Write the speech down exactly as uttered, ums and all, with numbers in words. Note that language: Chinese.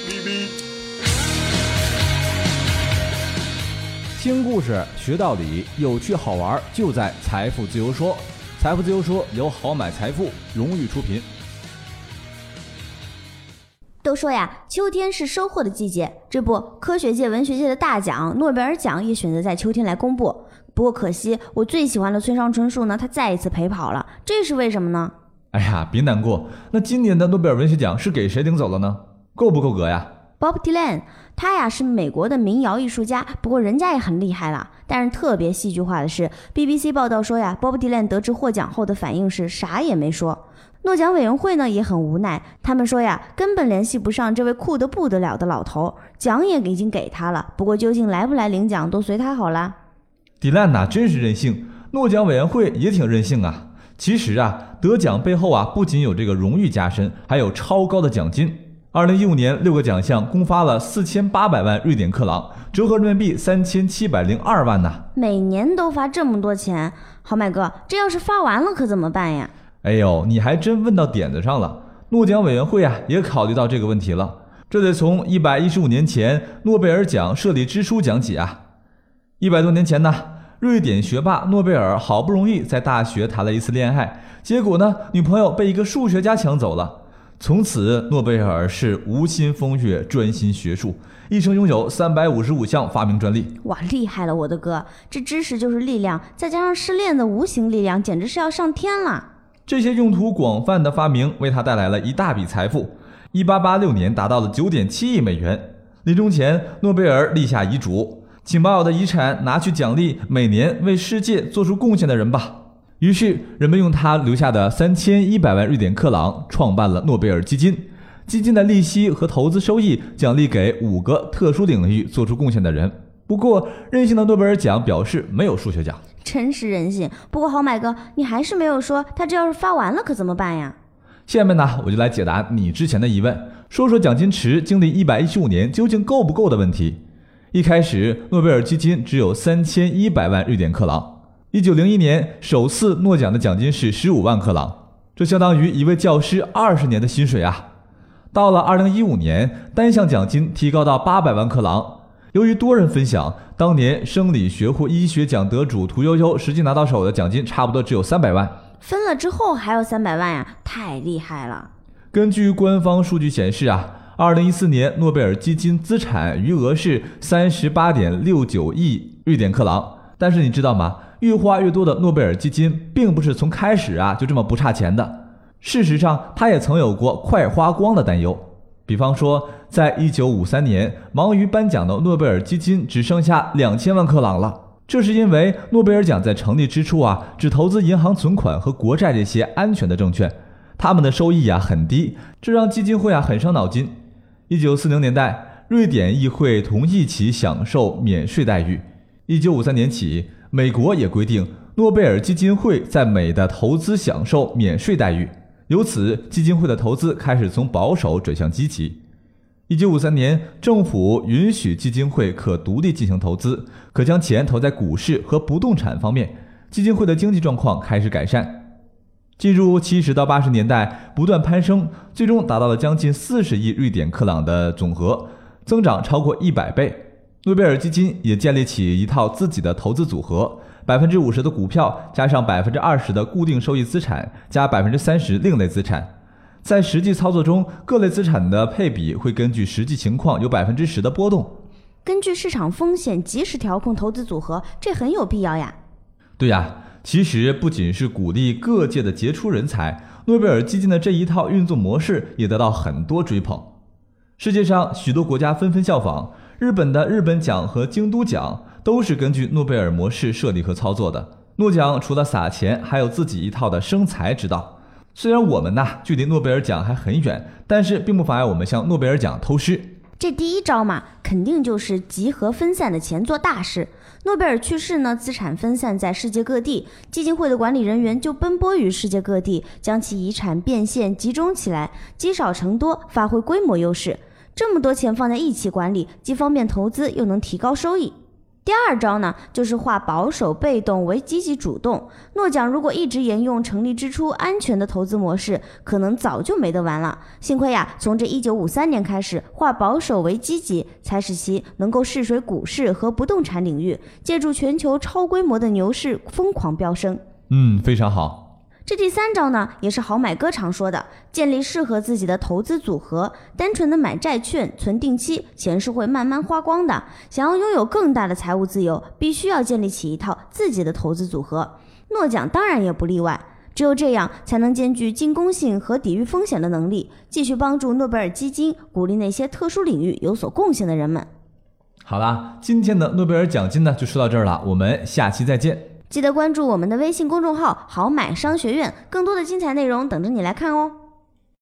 听故事学道理，有趣好玩就在财富自由说。财富自由说由好买财富荣誉出品。 都说呀，秋天是收获的季节，这不，科学界文学界的大奖诺贝尔奖也选择在秋天来公布。不过可惜，我最喜欢的村上春树呢，他再一次陪跑了，这是为什么呢？ 哎呀，别难过，那今年的诺贝尔文学奖是给谁领走了呢？够不够格呀？ Bob Dylan， 他呀是美国的民谣艺术家，不过人家也很厉害了。但是特别戏剧化的是 ，B B C 报道说呀 ，Bob Dylan 得知获奖后的反应是啥也没说。诺奖委员会呢也很无奈，他们说呀，根本联系不上这位酷得不得了的老头，奖也已经给他了，不过究竟来不来领奖都随他好了。 迪兰呐，真是任性，诺奖委员会也挺任性啊。其实啊，得奖背后啊，不仅有这个荣誉加身，还有超高的奖金。二零一五年六个奖项共发了四千八百万瑞典克朗，折合人民币三千七百零二万呐。 每年都发这么多钱，好买哥，这要是发完了可怎么办呀？ 哎呦，你还真问到点子上了。诺奖委员会啊，也考虑到这个问题了。这得从一百一十五年前诺贝尔奖设立之初讲起啊。一百多年前呢，瑞典学霸诺贝尔好不容易在大学谈了一次恋爱，结果呢，女朋友被一个数学家抢走了。从此，诺贝尔是无心风月，专心学术，一生拥有三百五十五项发明专利。 哇，厉害了，我的哥！这知识就是力量，再加上失恋的无形力量，简直是要上天了。 这些用途广泛的发明为他带来了一大笔财富，一八八六年达到了 九点七亿美元。临终前，诺贝尔立下遗嘱，请把我的遗产拿去奖励每年为世界做出贡献的人吧。于是人们用他留下的三千一百万瑞典克朗创办了诺贝尔基金，基金的利息和投资收益奖励给五个特殊领域做出贡献的人。不过任性的诺贝尔奖表示没有数学奖， 真是任性。不过好买哥，你还是没有说他这要是发完了可怎么办呀？ 下面呢，我就来解答你之前的疑问，说说奖金池经历一百一十五年究竟够不够的问题。一开始诺贝尔基金只有三千一百万瑞典克朗，一九零一年首次诺奖的奖金是十五万克朗，这相当于一位教师二十年的薪水啊。到了二零一五年，单项奖金提高到八百万克朗。由于多人分享，当年生理学或医学奖得主屠呦呦实际拿到手的奖金差不多只有三百万， 分了之后还有三百万呀，太厉害了。 根据官方数据显示啊，二零一四年诺贝尔基金资产余额是 三十八点六九亿瑞典克朗。但是你知道吗？越花越多的诺贝尔基金并不是从开始啊就这么不差钱的。事实上，它也曾有过快花光的担忧。比方说，在一九五三年，忙于颁奖的诺贝尔基金只剩下两千万克朗了。这是因为诺贝尔奖在成立之初啊，只投资银行存款和国债这些安全的证券，他们的收益啊很低，这让基金会啊很伤脑筋。一九四零年代，瑞典议会同意其享受免税待遇。一九五三年起，美国也规定诺贝尔基金会在美的投资享受免税待遇，由此基金会的投资开始从保守转向积极。一九五三年，政府允许基金会可独立进行投资，可将钱投在股市和不动产方面，基金会的经济状况开始改善。进入七十到八十年代，不断攀升，最终达到了将近四十亿瑞典克朗的总和，增长超过一百倍。诺贝尔基金也建立起一套自己的投资组合， 百分之五十 的股票加上 百分之二十 的固定收益资产加 百分之三十 另类资产。在实际操作中，各类资产的配比会根据实际情况有 百分之十 的波动。 根据市场风险及时调控投资组合，这很有必要呀。 对呀，其实不仅是鼓励各界的杰出人才，诺贝尔基金的这一套运作模式也得到很多追捧。世界上许多国家纷纷效仿，日本的日本奖和京都奖都是根据诺贝尔模式设立和操作的。诺奖除了撒钱，还有自己一套的生财之道。虽然我们呐距离诺贝尔奖还很远，但是并不妨碍我们向诺贝尔奖偷师。 这第一招嘛，肯定就是集合分散的钱做大事。诺贝尔去世呢，资产分散在世界各地，基金会的管理人员就奔波于世界各地，将其遗产变现集中起来，积少成多，发挥规模优势。这么多钱放在一起管理，既方便投资，又能提高收益。 第二招呢，就是化保守被动为积极主动。诺奖如果一直沿用成立之初安全的投资模式，可能早就没得玩了。幸亏呀，从这一九五三年开始，化保守为积极，才使其能够试水股市和不动产领域，借助全球超规模的牛市疯狂飙升。 嗯，非常好。 这第三招呢，也是好买哥常说的，建立适合自己的投资组合。单纯的买债券、存定期，钱是会慢慢花光的。想要拥有更大的财务自由，必须要建立起一套自己的投资组合。诺奖当然也不例外。只有这样，才能兼具进攻性和抵御风险的能力，继续帮助诺贝尔基金鼓励那些特殊领域有所贡献的人们。 好啦，今天的诺贝尔奖金呢，就说到这儿了，我们下期再见。 记得关注我们的微信公众号“好买商学院”，更多的精彩内容等着你来看哦。